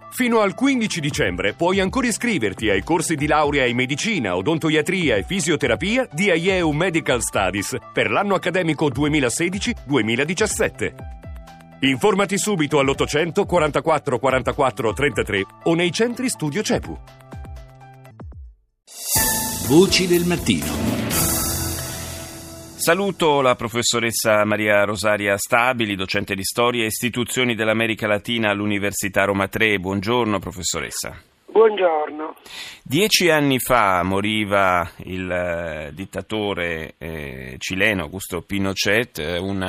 Fino al 15 dicembre puoi ancora iscriverti ai corsi di laurea in medicina, odontoiatria e fisioterapia di IEU Medical Studies per l'anno accademico 2016-2017. Informati subito all'800 44 44 33 o nei centri studio CEPU. Voci del mattino. Saluto la professoressa Maria Rosaria Stabili, docente di Storia e Istituzioni dell'America Latina all'Università Roma Tre. Buongiorno professoressa. Buongiorno. 10 anni fa moriva il dittatore cileno Augusto Pinochet,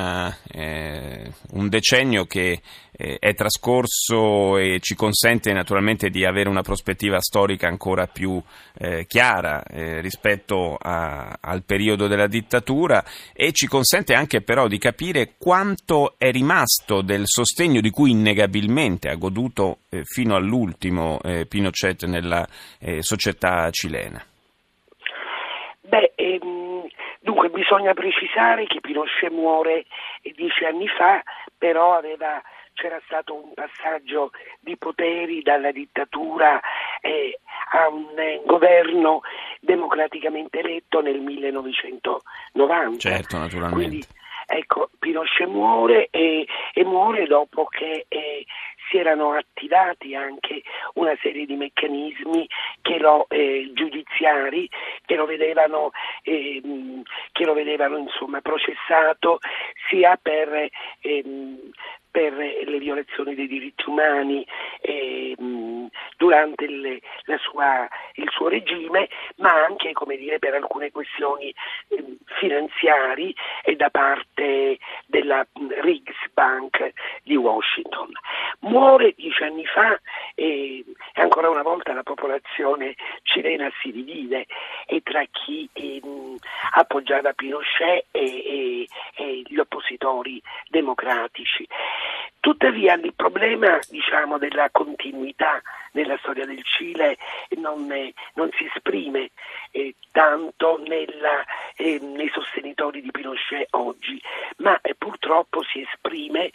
un decennio che è trascorso e ci consente naturalmente di avere una prospettiva storica ancora più chiara rispetto al periodo della dittatura, e ci consente anche però di capire quanto è rimasto del sostegno di cui innegabilmente ha goduto fino all'ultimo Pinochet nella società cilena. Dunque bisogna precisare che Pinochet muore 10 anni fa, però c'era stato un passaggio di poteri dalla dittatura a un governo democraticamente eletto nel 1990. Certo, naturalmente. Quindi, Pinochet muore e muore dopo che si erano attivati anche una serie di meccanismi giudiziari che lo vedevano insomma processato sia per le violazioni dei diritti umani durante il suo regime, ma anche per alcune questioni finanziari e da parte della Riksbank di Washington. Muore 10 anni fa e ancora una volta la popolazione cilena si divide tra chi appoggiava Pinochet e gli oppositori democratici. Tuttavia il problema della continuità nella storia del Cile non si esprime tanto nei sostenitori di Pinochet oggi, ma purtroppo si esprime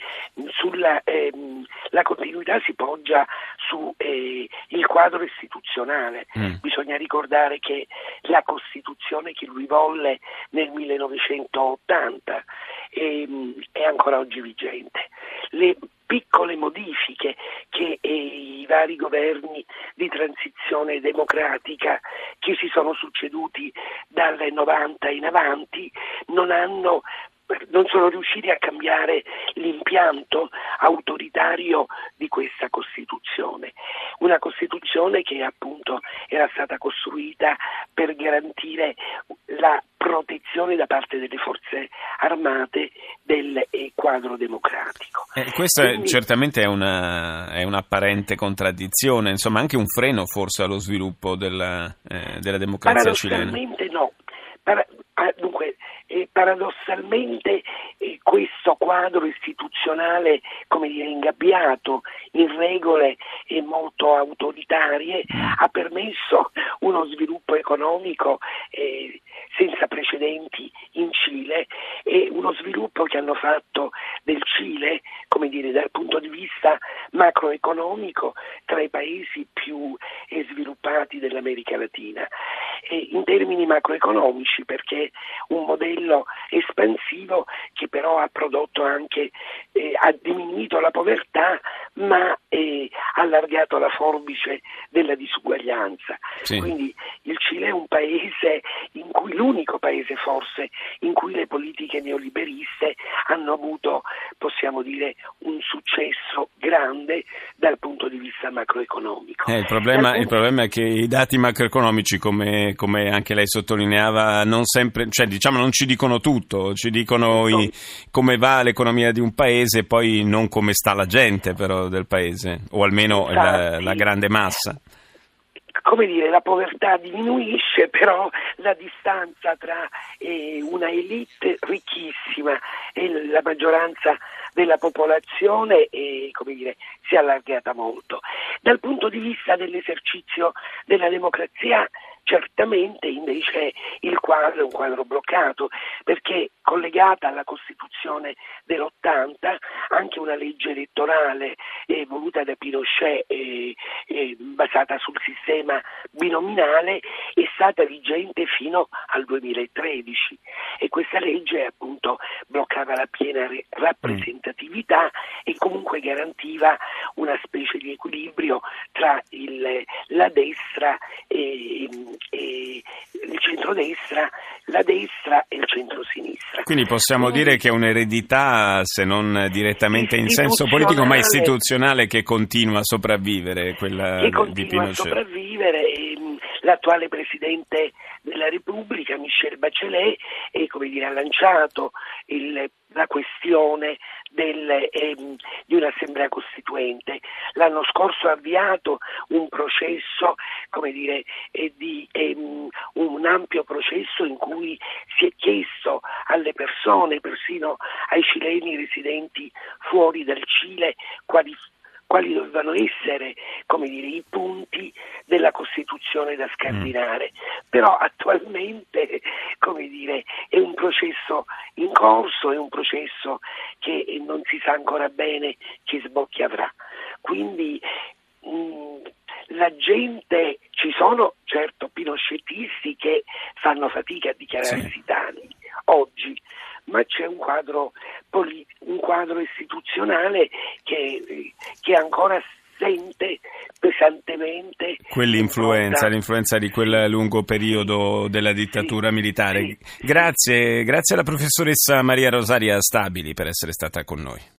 la continuità si poggia su il quadro istituzionale. Bisogna ricordare che la Costituzione che lui volle nel 1980 è ancora oggi vigente. Le piccole modifiche che i vari governi di transizione democratica che si sono succeduti dal 90 in avanti non sono riusciti a cambiare l'impianto autoritario di questa Costituzione. Una Costituzione che appunto era stata costruita per garantire la protezione da parte delle forze armate del quadro democratico. Questa certamente è un'apparente contraddizione, insomma anche un freno forse allo sviluppo della democrazia cilena. Paradossalmente no. Paradossalmente questo quadro istituzionale ingabbiato in regole molto autoritarie ha permesso uno sviluppo economico senza precedenti in Cile, e uno sviluppo che hanno fatto del Cile, dal punto di vista macroeconomico, tra i paesi più sviluppati dell'America Latina. In termini macroeconomici, perché un modello espansivo che però ha prodotto anche, ha diminuito la povertà, ma ha allargato la forbice della disuguaglianza. Sì. Quindi il Cile è un paese l'unico paese forse in cui le politiche neoliberiste hanno avuto, possiamo dire, un successo grande dal punto di vista macroeconomico. Il problema è che i dati macroeconomici, come anche lei sottolineava, non sempre, non ci dicono tutto, ci dicono come va l'economia di un paese, poi non come sta la gente però del paese, o almeno la grande massa. La povertà diminuisce, però la distanza tra una elite ricchissima e la maggioranza della popolazione si è allargata molto. Dal punto di vista dell'esercizio della democrazia, certamente invece il quadro è un quadro bloccato, perché collegata alla Costituzione dell'80 anche una legge elettorale voluta da Pinochet basata sul sistema binominale è stata vigente fino al 2013 e questa legge appunto bloccava la piena rappresentatività e comunque garantiva una specie di equilibrio tra la destra e il centrodestra, la destra e il centrosinistra. Quindi possiamo dire che è un'eredità, se non direttamente in senso politico, ma istituzionale, che continua a sopravvivere, quella di Pinochet. Che continua a sopravvivere. L'attuale Presidente della Repubblica, Michelle Bachelet, ha lanciato la questione di un'assemblea costituente. L'anno scorso ha avviato un processo, un ampio processo in cui si è chiesto alle persone, persino ai cileni residenti fuori dal Cile, quali dovevano essere, i punti della Costituzione da scardinare. Però attualmente, è un processo in corso, è un processo che non si sa ancora bene che sbocchi avrà. Quindi la gente, ci sono certo pinochettisti che fanno fatica a dichiararsi tali oggi, ma c'è un quadro istituzionale che ancora sente pesantemente l'influenza di quel lungo periodo della dittatura militare. Grazie alla professoressa Maria Rosaria Stabili per essere stata con noi.